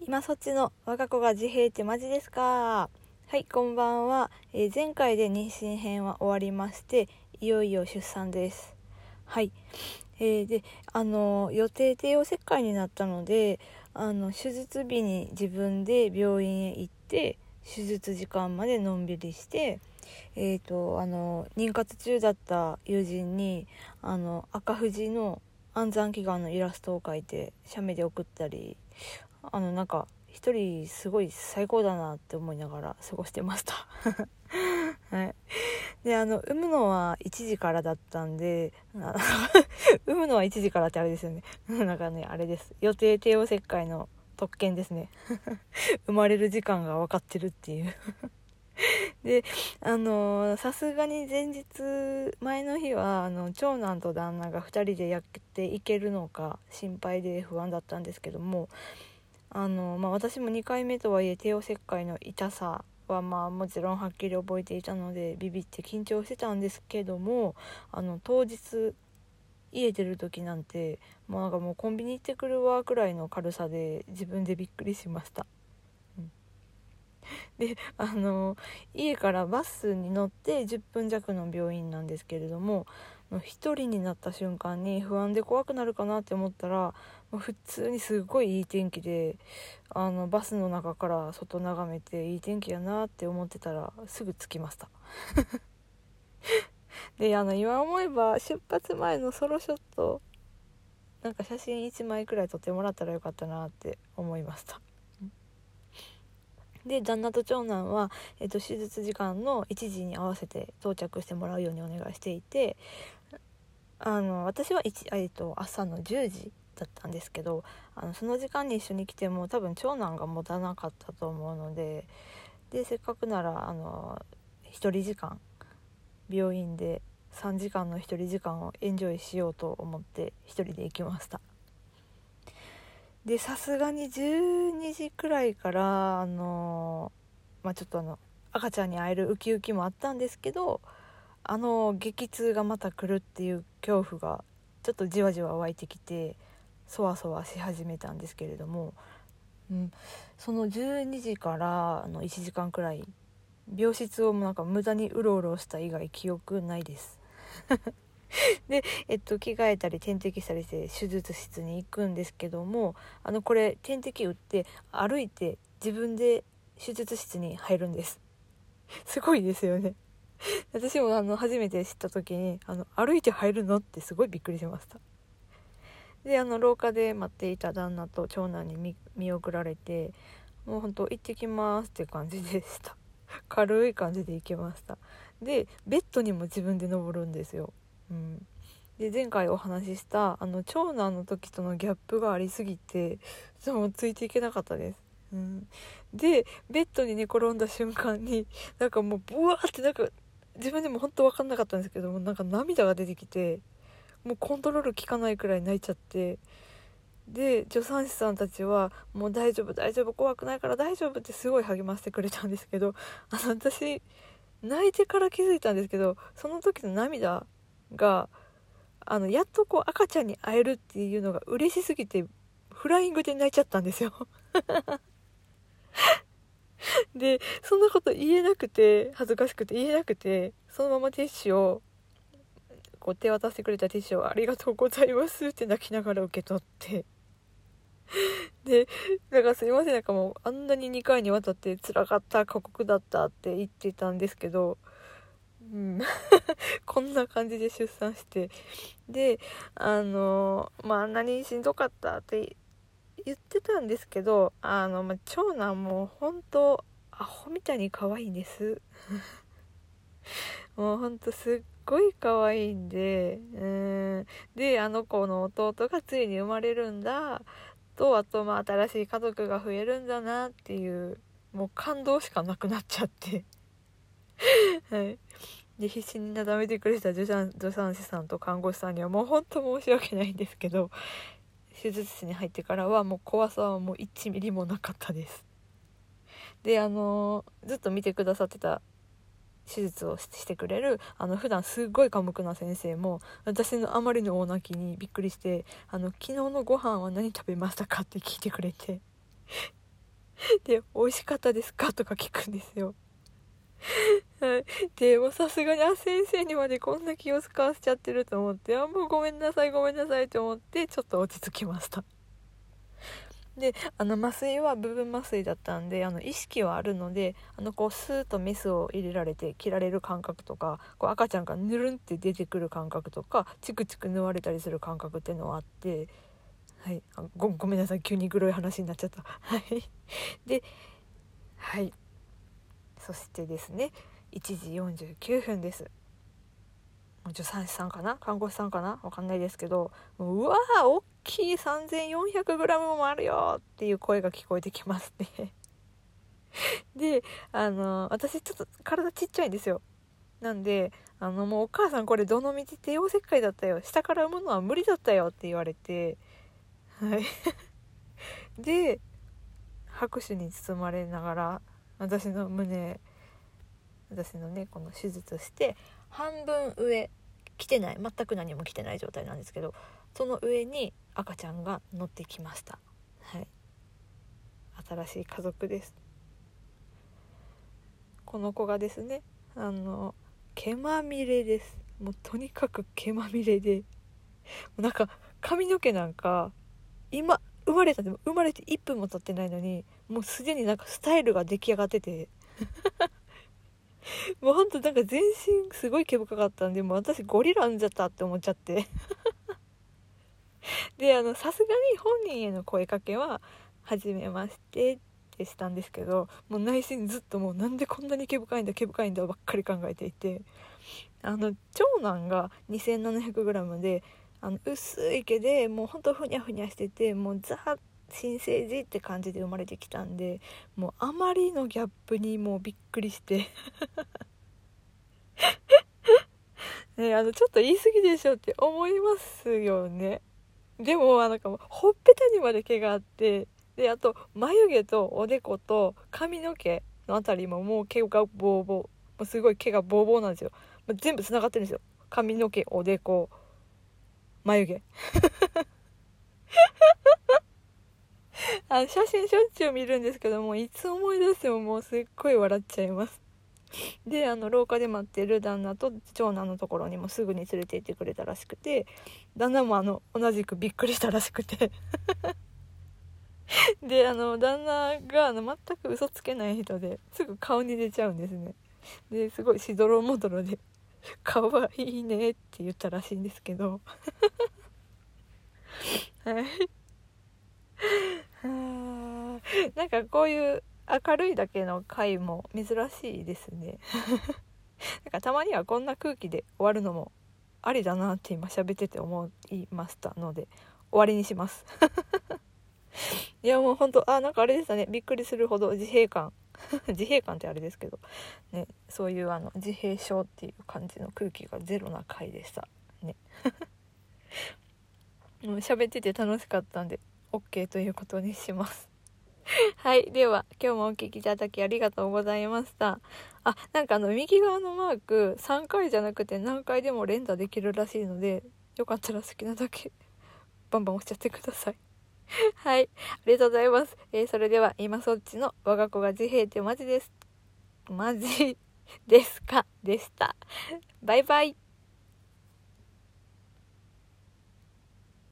今そっちの我が子が自閉ってマジですか。はい、こんばんは。前回で妊娠編は終わりまして、いよいよ出産です。はい。で、予定帝王切開になったので、手術日に自分で病院へ行って、手術時間までのんびりして、妊活中だった友人に、赤富士の安産祈願のイラストを描いて、写メで送ったり、一人すごい最高だなって思いながら過ごしてましたはい。で産むのは1時からだったんで産むのは1時からってあれですよねあれです、予定帝王切開の特権ですね生まれる時間が分かってるっていうでさすがに前の日は長男と旦那が2人でやっていけるのか心配で不安だったんですけども、私も2回目とはいえ帝王切開の痛さはもちろんはっきり覚えていたのでビビって緊張してたんですけども、当日家出る時なんてもうコンビニ行ってくるわくらいの軽さで自分でびっくりしました。で家からバスに乗って10分弱の病院なんですけれども、一人になった瞬間に不安で怖くなるかなって思ったら、普通にすごいいい天気でバスの中から外眺めていい天気やなって思ってたらすぐ着きましたで今思えば出発前のソロショット写真1枚くらい撮ってもらったらよかったなって思いました。で旦那と長男は、手術時間の1時に合わせて到着してもらうようにお願いしていて、私は朝の10時だったんですけど、その時間に一緒に来ても多分長男が持たなかったと思うので、せっかくなら一人時間病院で3時間の一人時間をエンジョイしようと思って一人で行きました。でさすがに12時くらいからちょっと赤ちゃんに会えるウキウキもあったんですけど、激痛がまた来るっていう恐怖がちょっとじわじわ湧いてきてそわそわし始めたんですけれども、その12時から1時間くらい病室を無駄にうろうろした以外記憶ないですで、着替えたり点滴したりして手術室に行くんですけども、これ点滴打って歩いて自分で手術室に入るんです。すごいですよね。私も初めて知った時に歩いて入るのってすごいびっくりしました。で廊下で待っていた旦那と長男に見送られて、もう本当行ってきますって感じでした。軽い感じで行けました。でベッドにも自分で登るんですよ。で前回お話しした長男の時とのギャップがありすぎてもうついていけなかったです。でベッドに寝転んだ瞬間にもうブワーって自分でも本当分かんなかったんですけども涙が出てきて、もうコントロール効かないくらい泣いちゃって、で助産師さんたちはもう大丈夫大丈夫怖くないから大丈夫ってすごい励ましてくれたんですけど、私泣いてから気づいたんですけど、その時の涙がやっと赤ちゃんに会えるっていうのが嬉しすぎてフライングで泣いちゃったんですよでそんなこと言えなくて恥ずかしくて言えなくて、そのままティッシュを手渡してくれたティッシュをありがとうございますって泣きながら受け取ってですいませんもうあんなに2回にわたって辛かった過酷だったって言ってたんですけど、こんな感じで出産して、であんなにしんどかったって言ってたんですけど長男も本当アホみたいに可愛いんですもう本当すっごい可愛いんで、で子の弟がついに生まれるんだと、あと新しい家族が増えるんだなっていうもう感動しかなくなっちゃってはいで必死になだめてくれた助産師さんと看護師さんにはもう本当申し訳ないんですけど、手術室に入ってからはもう怖さはもう1ミリもなかったです。でずっと見てくださってた手術をしてくれる普段すっごい寡黙な先生も私のあまりの大泣きにびっくりして昨日のご飯は何食べましたかって聞いてくれてで美味しかったですかとか聞くんですよ。はい、でもさすがに先生にまでこんな気を使わせちゃってると思って、もうごめんなさいと思ってちょっと落ち着きました。で麻酔は部分麻酔だったんで意識はあるのでこうスーッとメスを入れられて切られる感覚とか、こう赤ちゃんがぬるんって出てくる感覚とか、チクチク縫われたりする感覚っていうのはあって、はい、ごめんなさい、急にグロい話になっちゃった。はいで、はい、そしてですね1時49分です。助産師さんかな看護師さんかなわかんないですけど、うわー大きい 3400g もあるよっていう声が聞こえてきますねで私ちょっと体ちっちゃいんですよ。なんでもうお母さんこれどのみち帝王切開だったよ、下から産むのは無理だったよって言われて、はいで拍手に包まれながら私のねこの手術して半分上着てない、全く何も着てない状態なんですけど、その上に赤ちゃんが乗ってきました。はい、新しい家族です。この子がですね毛まみれです。もうとにかく毛まみれで、なんか髪の毛なんか今生まれて1分も経ってないのにもうすでになんかスタイルが出来上がっててもうほんとなんか全身すごい毛深かったんで、もう私ゴリラ産んじゃったって思っちゃってでさすがに本人への声かけは初めましてってしたんですけど、もう内心ずっともうなんでこんなに毛深いんだばっかり考えていて、長男が 2700g で薄い毛でもうほんとふにゃふにゃしてて、もうザ新生児って感じで生まれてきたんで、もうあまりのギャップにもうびっくりしてね、ちょっと言い過ぎでしょって思いますよね。でもなんかもうほっぺたにまで毛があって、であと眉毛とおでこと髪の毛のあたりももう毛がボーボー、もうすごい毛がボーボーなんですよ。全部つながってるんですよ。髪の毛、おでこ、眉毛写真しょっちゅう見るんですけども、いつ思い出してももうすっごい笑っちゃいます。で廊下で待ってる旦那と長男のところにもすぐに連れて行ってくれたらしくて、旦那も同じくびっくりしたらしくてで旦那が全く嘘つけない人ですぐ顔に出ちゃうんですね。ですごいしどろもどろで可愛いねって言ったらしいんですけどはいなんかこういう明るいだけの回も珍しいですねなんかたまにはこんな空気で終わるのもありだなって今喋ってて思いましたので終わりにしますいやもうほんとなんかあれでしたね、びっくりするほど自閉感自閉感ってあれですけどね、そういう自閉症っていう感じの空気がゼロな回でしたねもう喋ってて楽しかったんで OK ということにしますはい、では今日もお聞きいただきありがとうございました。なんか右側のマーク3回じゃなくて何回でも連打できるらしいので、よかったら好きなだけバンバン押しちゃってくださいはい、ありがとうございます。それでは今そっちの我が子が自閉ってマジですかでした。バイバイ。